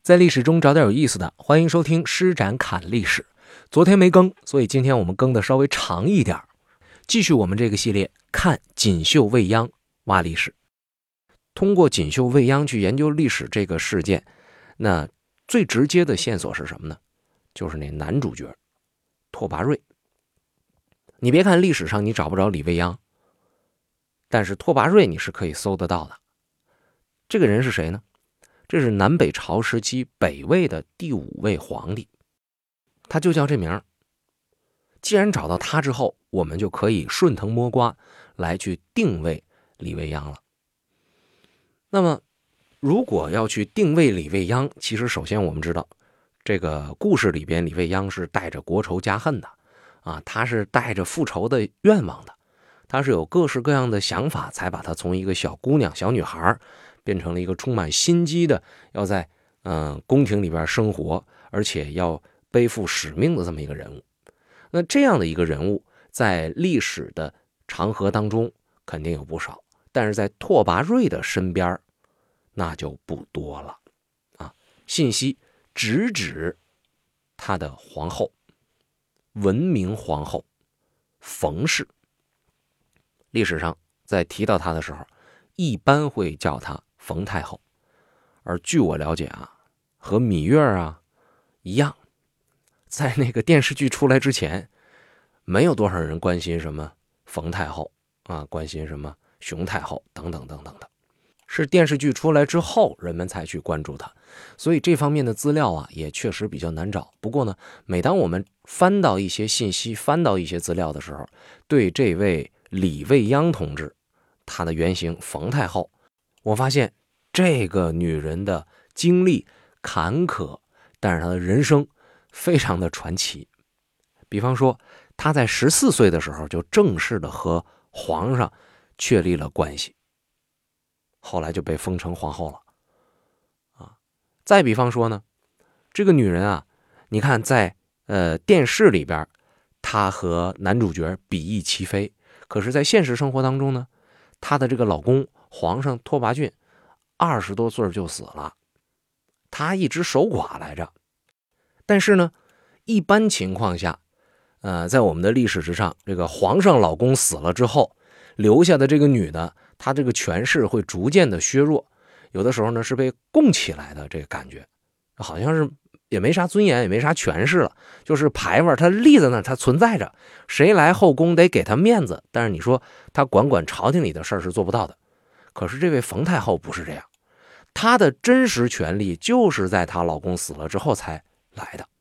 在历史中找点有意思的，欢迎收听施展侃历史。昨天没更，所以今天我们更的稍微长一点，继续我们这个系列，看锦绣未央挖历史。通过锦绣未央去研究历史这个事件，那最直接的线索是什么呢？就是那男主角拓跋瑞。你别看历史上你找不着李未央，但是拓跋瑞你是可以搜得到的。这个人是谁呢？这是南北朝时期北魏的第5位皇帝，他就叫这名。既然找到他之后，我们就可以顺藤摸瓜来去定位李未央了。那么如果要去定位李未央，其实首先我们知道这个故事里边李未央是带着国仇家恨的他是带着复仇的愿望的，他是有各式各样的想法，才把他从一个小姑娘小女孩变成了一个充满心机的要在宫廷里边生活，而且要背负使命的这么一个人物。那这样的一个人物在历史的长河当中肯定有不少，但是在拓跋瑞的身边那就不多了信息直指他的皇后，文明皇后冯氏。历史上在提到他的时候一般会叫他冯太后，而据我了解和芈月一样，在那个电视剧出来之前没有多少人关心什么冯太后关心什么熊太后等等等等的，是电视剧出来之后人们才去关注他，所以这方面的资料也确实比较难找。不过呢，每当我们翻到一些信息，翻到一些资料的时候，对这位李未央同志他的原型冯太后，我发现这个女人的经历坎坷，但是她的人生非常的传奇。比方说她在14岁的时候就正式的和皇上确立了关系，后来就被封成皇后了再比方说呢，这个女人你看在电视里边她和男主角比翼齐飞，可是在现实生活当中呢，她的这个老公皇上拓跋浚20多岁就死了，她一直守寡来着。但是呢，一般情况下在我们的历史之上，这个皇上老公死了之后留下的这个女的，她这个权势会逐渐的削弱，有的时候呢是被供起来的，这个感觉好像是也没啥尊严，也没啥权势了，就是牌位她立在那，她存在着，谁来后宫得给她面子，但是你说她管朝廷里的事儿是做不到的。可是这位冯太后不是这样，她的真实权力就是在她老公死了之后才来的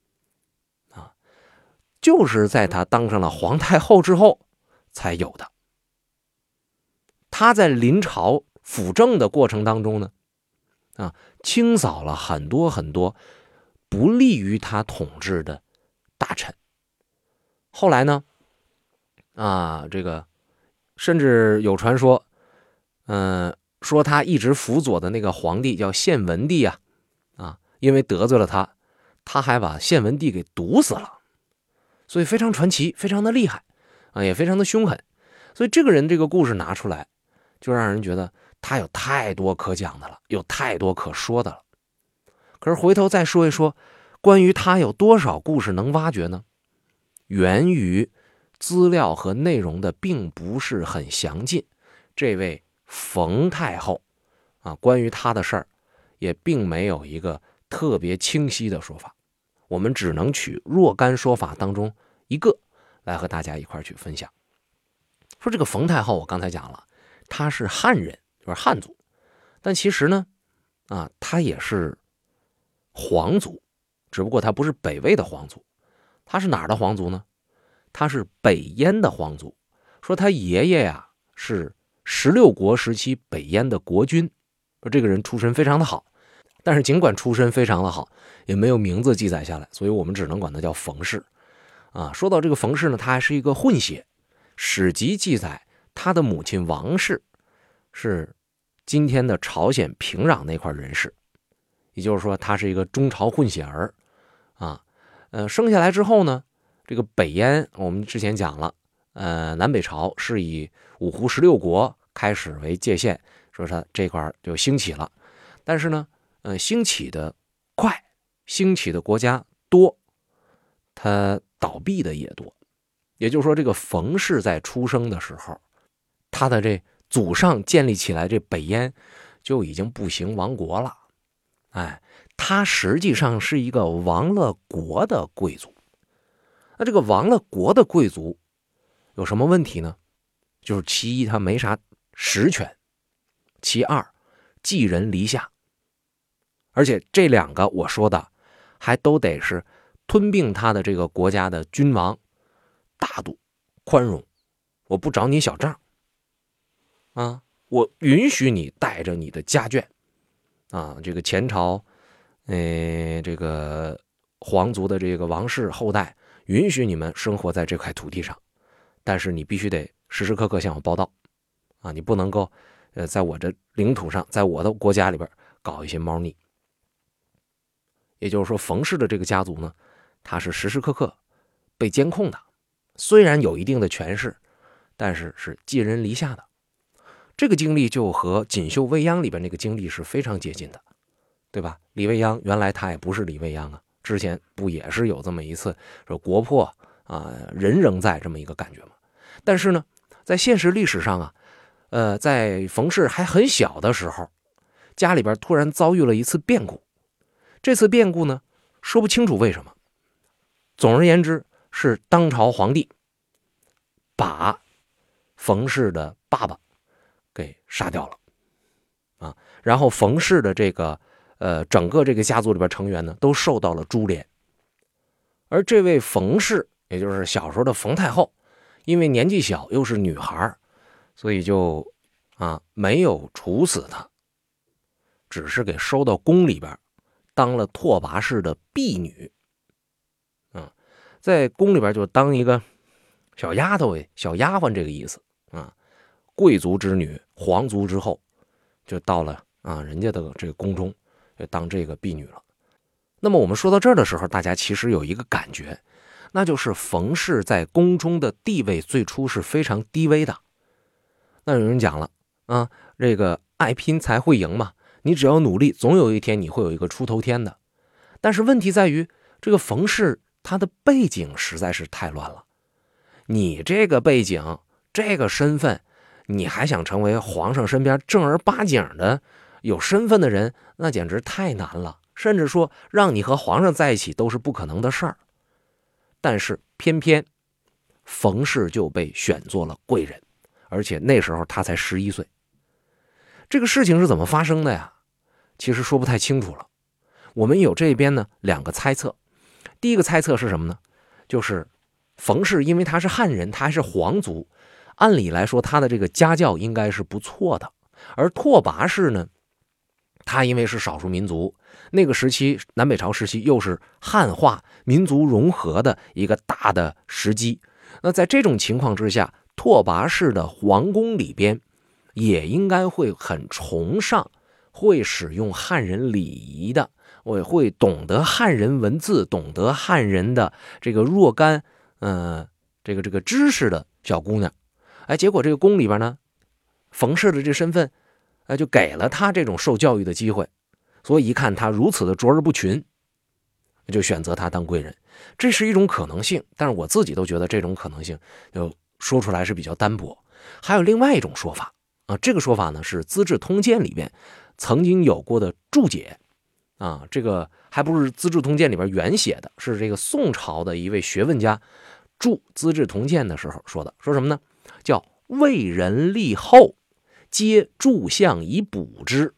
就是在她当上了皇太后之后才有的。她在临朝辅政的过程当中呢清扫了很多很多不利于他统治的大臣。后来呢这个甚至有传说说他一直辅佐的那个皇帝叫献文帝因为得罪了他，他还把献文帝给毒死了，所以非常传奇，非常的厉害也非常的凶狠。所以这个人这个故事拿出来，就让人觉得他有太多可讲的了，有太多可说的了。可是回头再说一说，关于他有多少故事能挖掘呢？源于资料和内容的并不是很详尽。这位冯太后关于他的事儿也并没有一个特别清晰的说法，我们只能取若干说法当中一个来和大家一块去分享。说这个冯太后，我刚才讲了，她是汉人，就是汉族，但其实呢她也是皇族，只不过她不是北魏的皇族。她是哪儿的皇族呢？她是北燕的皇族。说她爷爷是16国时期北燕的国君，说这个人出身非常的好，但是尽管出身非常的好，也没有名字记载下来，所以我们只能管他叫冯氏说到这个冯氏呢，他还是一个混血，史籍记载他的母亲王氏是今天的朝鲜平壤那块人士，也就是说他是一个中朝混血儿生下来之后呢，这个北燕我们之前讲了南北朝是以五胡16国开始为界限，说他这块就兴起了。但是呢兴起的快，兴起的国家多，它倒闭的也多。也就是说，这个冯氏在出生的时候，他的这祖上建立起来这北燕就已经不行亡国了。他实际上是一个亡了国的贵族。那这个亡了国的贵族有什么问题呢？就是其一，他没啥实权；其二，寄人篱下。而且这两个我说的还都得是吞并他的这个国家的君王大度宽容，我不找你小账啊，我允许你带着你的家眷啊，这个前朝这个皇族的这个王室后代允许你们生活在这块土地上，但是你必须得时时刻刻向我报到啊，你不能够在我这领土上，在我的国家里边搞一些猫腻。也就是说，冯氏的这个家族呢，他是时时刻刻被监控的，虽然有一定的权势，但是是寄人篱下的。这个经历就和《锦绣未央》里边那个经历是非常接近的，对吧？李未央原来他也不是李未央啊，之前不也是有这么一次说国破啊，人仍在这么一个感觉吗？但是呢，在现实历史上啊，在冯氏还很小的时候，家里边突然遭遇了一次变故。这次变故呢，说不清楚为什么。总而言之，是当朝皇帝把冯氏的爸爸给杀掉了啊，然后冯氏的这个整个这个家族里边成员呢，都受到了株连。而这位冯氏，也就是小时候的冯太后，因为年纪小又是女孩，所以就没有处死她，只是给收到宫里边当了拓跋氏的婢女。在宫里边就当一个小丫头、小丫鬟这个意思啊。贵族之女、皇族之后，就到了人家的这个宫中，就当这个婢女了。那么我们说到这儿的时候，大家其实有一个感觉，那就是冯氏在宫中的地位最初是非常低微的。那有人讲了这个爱拼才会赢嘛，你只要努力，总有一天你会有一个出头天的。但是问题在于，这个冯氏他的背景实在是太乱了。你这个背景，这个身份，你还想成为皇上身边正儿八经的有身份的人，那简直太难了，甚至说让你和皇上在一起都是不可能的事儿。但是偏偏冯氏就被选做了贵人，而且那时候他才11岁。这个事情是怎么发生的呀？其实说不太清楚了。我们有这边呢2个猜测。第一个猜测是什么呢？就是冯氏因为他是汉人，他还是皇族，按理来说他的这个家教应该是不错的。而拓跋氏呢，他因为是少数民族，那个时期南北朝时期又是汉化民族融合的一个大的时机。那在这种情况之下，拓跋氏的皇宫里边也应该会很崇尚，会使用汉人礼仪的，我会懂得汉人文字，懂得汉人的这个若干这个知识的小姑娘。结果这个宫里边呢，冯氏的这身份就给了他这种受教育的机会，所以一看他如此的卓而不群，就选择他当贵人。这是一种可能性，但是我自己都觉得这种可能性就说出来是比较单薄。还有另外一种说法这个说法呢是《资治通鉴》里边曾经有过的注解这个还不是《资治通鉴》里边原写的，是这个宋朝的一位学问家注《资治通鉴》的时候说的。说什么呢？叫为人立后，皆诸相以补之。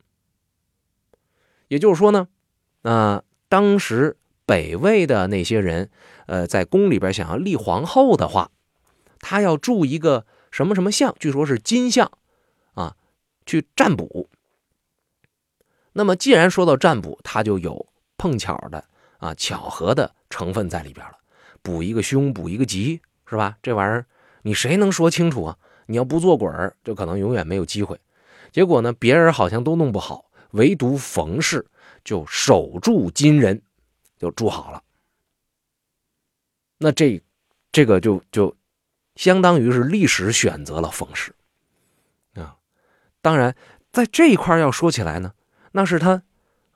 也就是说呢，当时北魏的那些人在宫里边想要立皇后的话，他要筑一个什么什么相，据说是金相去占卜。那么既然说到占卜，它就有碰巧的巧合的成分在里边了。补一个凶，补一个吉，是吧？这玩意儿你谁能说清楚啊？你要不做鬼儿，就可能永远没有机会。结果呢，别人好像都弄不好，唯独冯氏就守住金人，就住好了。那这个就相当于是历史选择了冯氏当然在这一块要说起来呢，那是他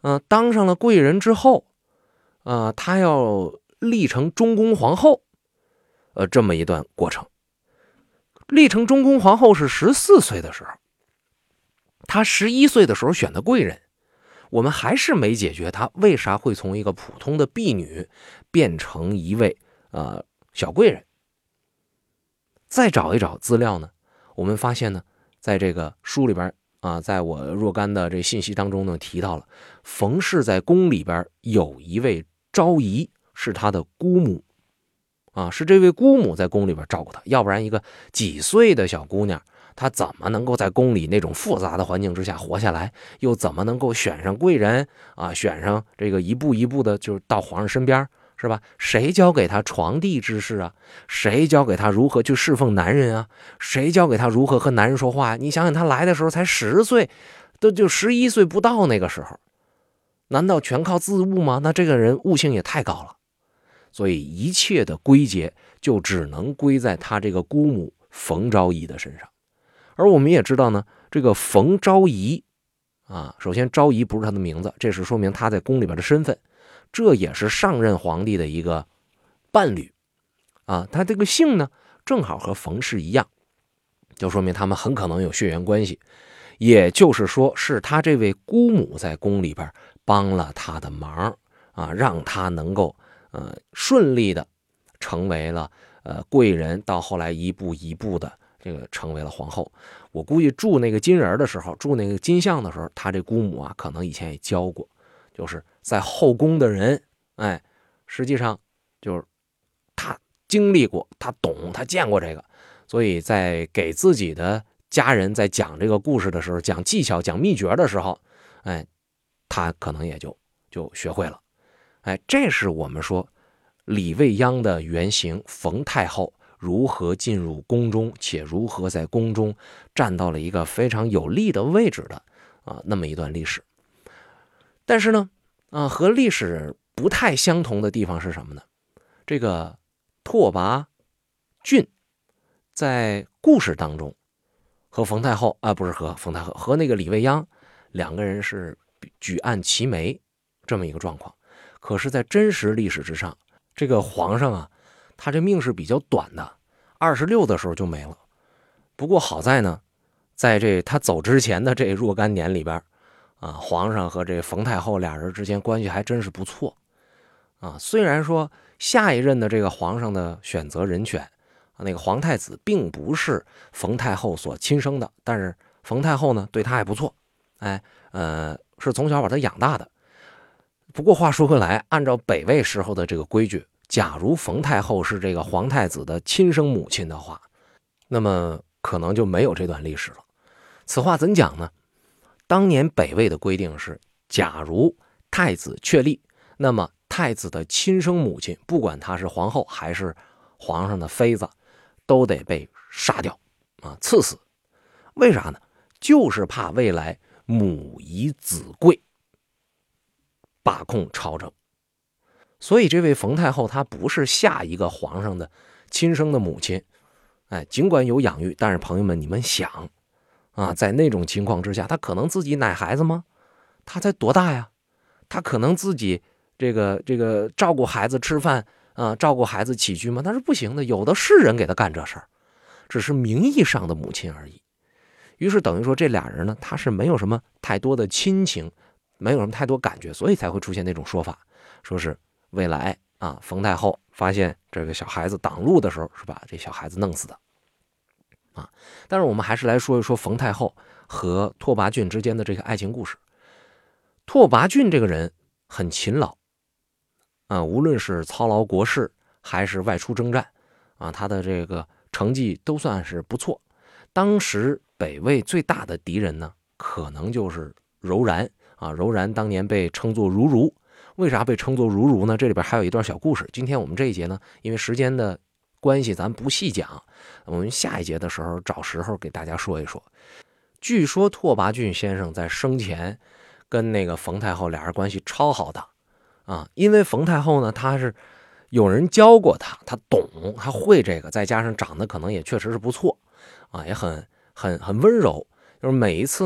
当上了贵人之后，他要立成中宫皇后，这么一段过程。立成中宫皇后是14岁的时候，他11岁的时候选的贵人，我们还是没解决他为啥会从一个普通的婢女变成一位小贵人。再找一找资料呢，我们发现呢，在这个书里边在我若干的这信息当中呢，提到了冯氏在宫里边有一位昭仪，是他的姑母是这位姑母在宫里边照顾他，要不然一个几岁的小姑娘，她怎么能够在宫里那种复杂的环境之下活下来，又怎么能够选上贵人选上这个一步一步的就到皇上身边，是吧？谁教给他床地之事啊？谁教给他如何去侍奉男人啊？谁教给他如何和男人说话？你想想，他来的时候才10岁，都就11岁不到那个时候，难道全靠自悟吗？那这个人悟性也太高了。所以一切的归结就只能归在他这个姑母冯昭仪的身上。而我们也知道呢，这个冯昭仪首先昭仪不是他的名字，这是说明他在宫里边的身份，这也是上任皇帝的一个伴侣他这个姓呢正好和冯氏一样，就说明他们很可能有血缘关系。也就是说，是他这位姑母在宫里边帮了他的忙让他能够顺利的成为了贵人，到后来一步一步的这个成为了皇后。我估计住那个金人的时候，住那个金像的时候，他这姑母可能以前也教过，就是在后宫的人实际上就是他经历过，他懂，他见过这个，所以在给自己的家人在讲这个故事的时候，讲技巧讲秘诀的时候他可能也就学会了。这是我们说李未央的原型冯太后如何进入宫中，且如何在宫中站到了一个非常有利的位置的那么一段历史。但是呢和历史不太相同的地方是什么呢？这个拓跋浚在故事当中和冯太后不是和冯太后，和那个李未央两个人是举案齐眉这么一个状况。可是在真实历史之上，这个皇上他这命是比较短的，26的时候就没了。不过好在呢，在这他走之前的这若干年里边皇上和这冯太后俩人之间关系还真是不错虽然说下一任的这个皇上的选择人选那个皇太子并不是冯太后所亲生的，但是冯太后呢对他还不错，是从小把他养大的。不过话说回来，按照北魏时候的这个规矩，假如冯太后是这个皇太子的亲生母亲的话，那么可能就没有这段历史了。此话怎讲呢？当年北魏的规定是，假如太子确立，那么太子的亲生母亲，不管她是皇后还是皇上的妃子，都得被杀掉赐死。为啥呢？就是怕未来母以子贵，把控朝政。所以这位冯太后她不是下一个皇上的亲生的母亲，尽管有养育，但是朋友们你们想在那种情况之下，她可能自己奶孩子吗？她才多大呀？她可能自己这个照顾孩子吃饭照顾孩子起居吗？那是不行的，有的是人给她干这事儿，只是名义上的母亲而已。于是等于说这俩人呢，他是没有什么太多的亲情，没有什么太多感觉，所以才会出现那种说法，说是未来冯太后发现这个小孩子挡路的时候，是把这小孩子弄死的但是我们还是来说一说冯太后和拓跋浚之间的这个爱情故事。拓跋浚这个人很勤劳无论是操劳国事还是外出征战他的这个成绩都算是不错。当时北魏最大的敌人呢，可能就是柔然柔然当年被称作如如。为啥被称作如如呢？这里边还有一段小故事。今天我们这一节呢，因为时间的关系咱不细讲，我们下一节的时候找时候给大家说一说。据说拓跋浚先生在生前跟那个冯太后俩人关系超好的因为冯太后呢，她是有人教过她，她懂，她会这个，再加上长得可能也确实是不错也很温柔。就是每一次呢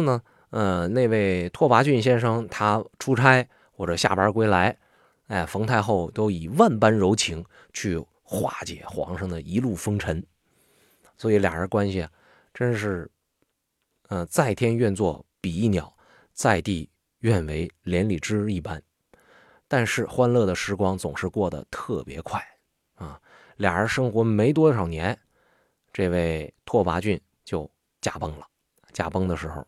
那位拓跋浚先生他出差或者下班归来，冯太后都以万般柔情去化解皇上的一路风尘，所以俩人关系真是，在天愿作比翼鸟，在地愿为连理枝一般。但是欢乐的时光总是过得特别快啊！俩人生活没多少年，这位拓跋浚就驾崩了。驾崩的时候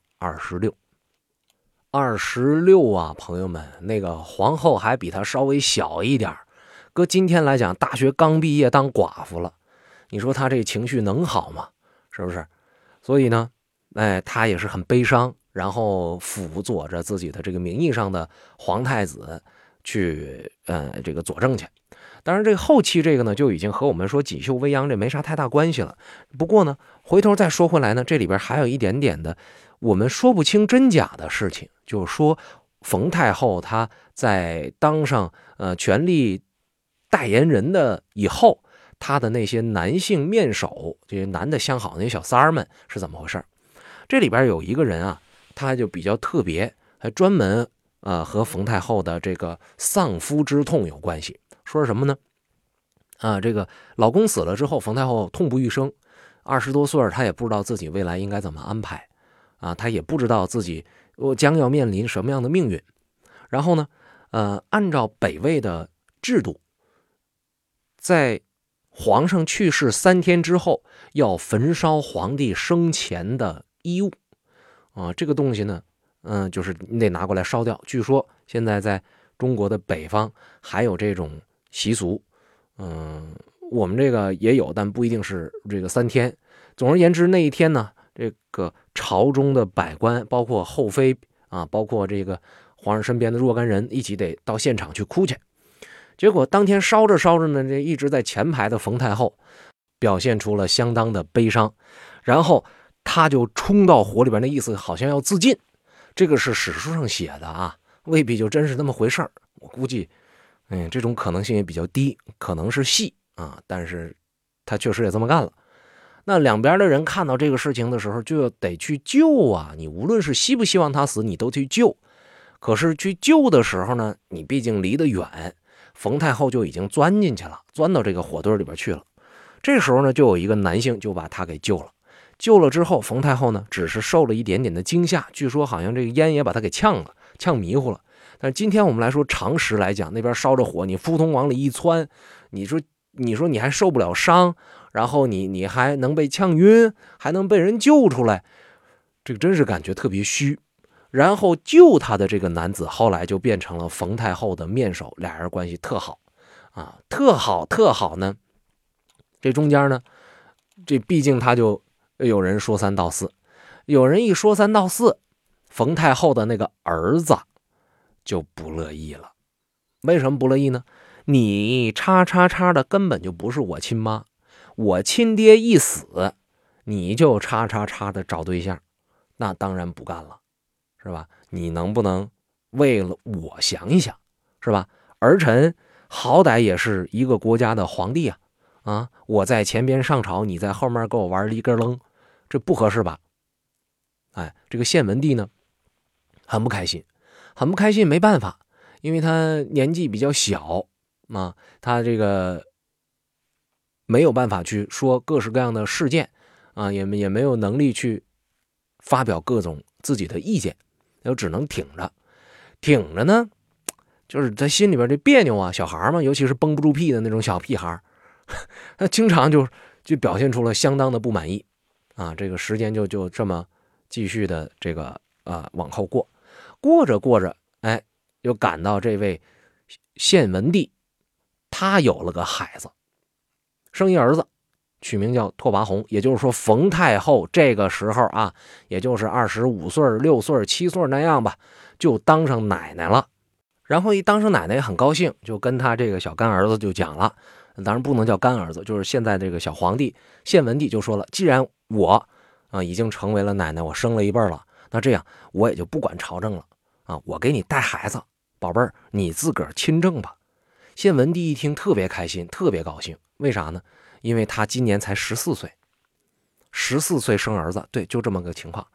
26啊，朋友们，那个皇后还比他稍微小一点，搁今天来讲，大学刚毕业当寡妇了，你说他这情绪能好吗？是不是？所以呢，他也是很悲伤，然后辅佐着自己的这个名义上的皇太子去这个佐证去。当然这个后期这个呢就已经和我们说锦绣未央这没啥太大关系了。不过呢回头再说回来呢，这里边还有一点点的我们说不清真假的事情，就是说冯太后她在当上权力代言人的以后，她的那些男性面首，这些男的相好那些小三儿们是怎么回事？这里边有一个人啊，他就比较特别，还专门和冯太后的这个丧夫之痛有关系。说什么呢？这个老公死了之后，冯太后痛不欲生，20多岁她也不知道自己未来应该怎么安排她也不知道自己将要面临什么样的命运。然后呢按照北魏的制度，在皇上去世3天之后要焚烧皇帝生前的衣物这个东西呢就是你得拿过来烧掉。据说现在在中国的北方还有这种习俗，我们这个也有，但不一定是这个3天。总而言之，那一天呢，这个朝中的百官，包括后妃包括这个皇上身边的若干人，一起得到现场去哭去。结果当天烧着烧着呢，这一直在前排的冯太后表现出了相当的悲伤，然后他就冲到火里边，那意思好像要自尽。这个是史书上写的未必就真是那么回事儿。我估计这种可能性也比较低，可能是戏但是他确实也这么干了。那两边的人看到这个事情的时候，就得去救你无论是希不希望他死，你都去救。可是去救的时候呢，你毕竟离得远，冯太后就已经钻进去了，钻到这个火堆里边去了。这时候呢，就有一个男性就把他给救了。救了之后，冯太后呢只是受了一点点的惊吓，据说好像这个烟也把他给呛迷糊了。但是今天我们来说常识来讲，那边烧着火，你扑通往里一窜，你说你还受不了伤，然后你还能被呛晕，还能被人救出来，这个真是感觉特别虚。然后救他的这个男子后来就变成了冯太后的面首，俩人关系特好特好呢。这中间呢，这毕竟他就有人说三道四，有人一说三道四，冯太后的那个儿子就不乐意了。为什么不乐意呢？你叉叉叉的根本就不是我亲妈，我亲爹一死，你就叉叉叉的找对象，那当然不干了，是吧？你能不能为了我想一想，是吧？儿臣好歹也是一个国家的皇帝我在前边上朝，你在后面给我玩一根扔，这不合适吧？这个献文帝呢很不开心，没办法，因为他年纪比较小他这个没有办法去说各式各样的事件也没有能力去发表各种自己的意见，就只能挺着呢，就是在心里边这别扭小孩嘛，尤其是绷不住屁的那种小屁孩，他经常就表现出了相当的不满意这个时间就这么继续的这个往后过着又赶到这位献文帝，他有了个孩子，生一儿子，取名叫拓跋宏。也就是说冯太后这个时候也就是25岁、6岁、7岁那样吧，就当上奶奶了。然后一当上奶奶也很高兴，就跟他这个小干儿子就讲了，当然不能叫干儿子，就是现在这个小皇帝献文帝就说了，既然我已经成为了奶奶，我生了一辈了，那这样我也就不管朝政了我给你带孩子，宝贝儿，你自个儿亲政吧。献文帝一听特别开心，特别高兴。为啥呢？因为他今年才14岁，14岁生儿子，对，就这么个情况。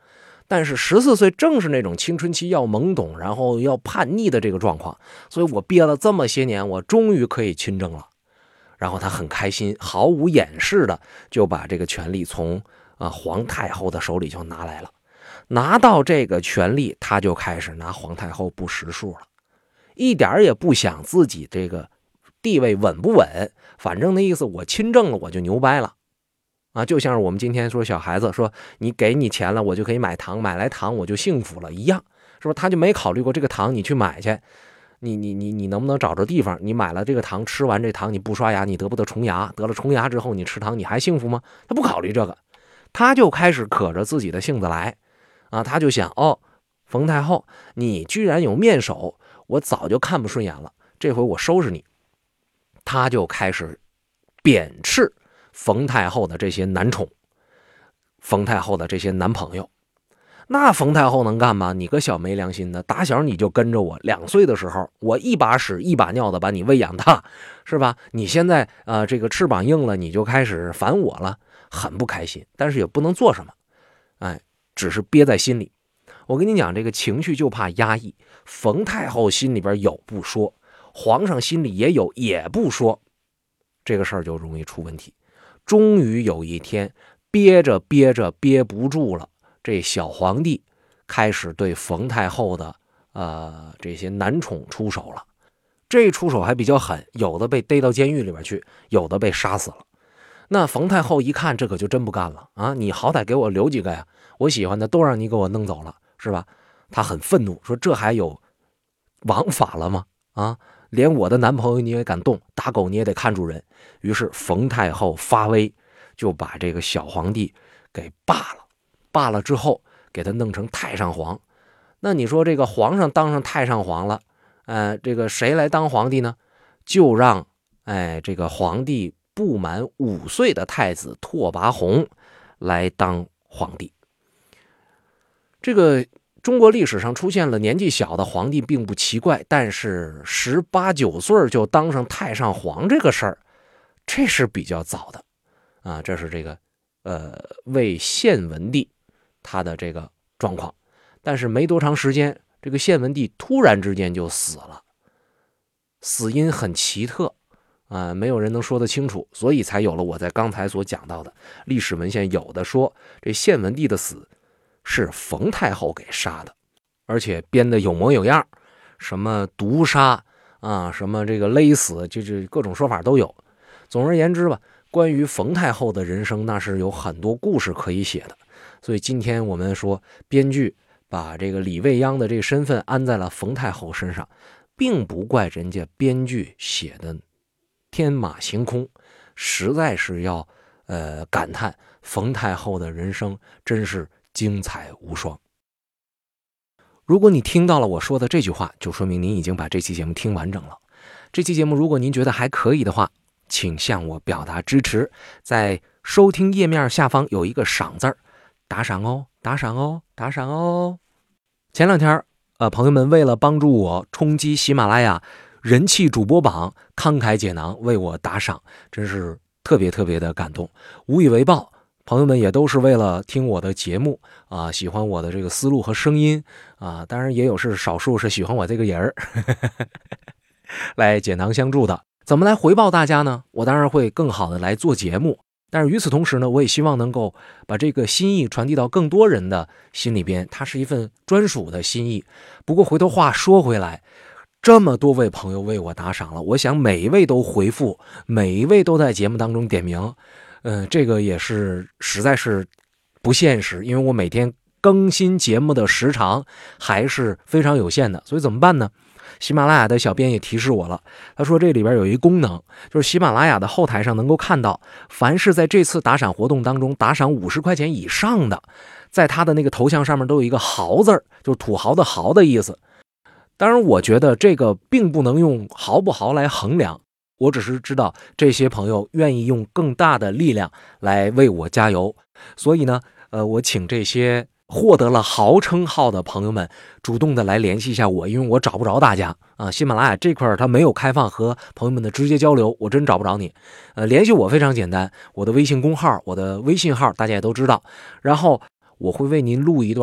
但是14岁正是那种青春期要懵懂，然后要叛逆的这个状况，所以我憋了这么些年，我终于可以亲政了。然后他很开心，毫无掩饰的就把这个权力从皇太后的手里就拿来了。拿到这个权力，他就开始拿皇太后不识数了，一点也不想自己这个地位稳不稳，反正那意思我亲政了我就牛掰了就像是我们今天说小孩子说你给你钱了我就可以买糖，买来糖我就幸福了一样，是不是？他就没考虑过这个糖你去买去，你能不能找着地方？你买了这个糖，吃完这糖你不刷牙，你得不得虫牙？得了虫牙之后你吃糖你还幸福吗？他不考虑这个，他就开始可着自己的性子来他就想冯太后你居然有面首，我早就看不顺眼了，这回我收拾你。他就开始贬斥冯太后的这些男宠，冯太后的这些男朋友。那冯太后能干吗？你个小没良心的，打小你就跟着我，2岁的时候我一把屎一把尿的把你喂养大，是吧？你现在这个翅膀硬了，你就开始烦我了，很不开心，但是也不能做什么，只是憋在心里。我跟你讲，这个情绪就怕压抑，冯太后心里边有不说，皇上心里也有也不说，这个事儿就容易出问题。终于有一天憋着憋着憋不住了，这小皇帝开始对冯太后的这些男宠出手了。这出手还比较狠，有的被逮到监狱里边去，有的被杀死了。那冯太后一看这可就真不干了你好歹给我留几个呀，我喜欢的都让你给我弄走了，是吧？她很愤怒，说这还有王法了吗？连我的男朋友你也敢动，打狗你也得看主人。于是冯太后发威，就把这个小皇帝给罢了之后给他弄成太上皇。那你说这个皇上当上太上皇了，这个谁来当皇帝呢？就让这个皇帝不满5岁的太子拓跋宏来当皇帝。这个中国历史上出现了年纪小的皇帝并不奇怪，但是18、19岁就当上太上皇这个事儿，这是比较早的这是这个魏献文帝他的这个状况。但是没多长时间，这个献文帝突然之间就死了，死因很奇特没有人能说得清楚，所以才有了我在刚才所讲到的历史文献，有的说这献文帝的死是冯太后给杀的，而且编的有模有样，什么毒杀什么这个勒死，就是各种说法都有。总而言之吧，关于冯太后的人生那是有很多故事可以写的。所以今天我们说编剧把这个李未央的这个身份安在了冯太后身上，并不怪人家编剧写的天马行空，实在是要感叹冯太后的人生真是精彩无双。如果你听到了我说的这句话，就说明您已经把这期节目听完整了。这期节目如果您觉得还可以的话，请向我表达支持，在收听页面下方有一个赏字儿，打赏哦，打赏哦，打赏哦。前2天朋友们为了帮助我冲击喜马拉雅人气主播榜，慷慨解囊为我打赏，真是特别特别的感动，无以为报。朋友们也都是为了听我的节目喜欢我的这个思路和声音当然也有是少数是喜欢我这个人儿来解囊相助的。怎么来回报大家呢？我当然会更好的来做节目，但是与此同时呢，我也希望能够把这个心意传递到更多人的心里边，它是一份专属的心意。不过回头话说回来，这么多位朋友为我打赏了，我想每一位都回复，每一位都在节目当中点名，这个也是实在是不现实，因为我每天更新节目的时长还是非常有限的，所以怎么办呢？喜马拉雅的小编也提示我了，他说这里边有一功能，就是喜马拉雅的后台上能够看到，凡是在这次打赏活动当中打赏50块钱以上的，在他的那个头像上面都有一个豪字，就是土豪的豪的意思。当然我觉得这个并不能用豪不豪来衡量，我只是知道这些朋友愿意用更大的力量来为我加油，所以呢我请这些获得了豪称号的朋友们主动的来联系一下我，因为我找不着大家喜马拉雅这块它没有开放和朋友们的直接交流，我真找不着你联系我非常简单，我的微信公号我的微信号大家也都知道，然后我会为您录一段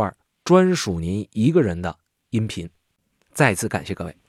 专属您一个人的音频。再次感谢各位。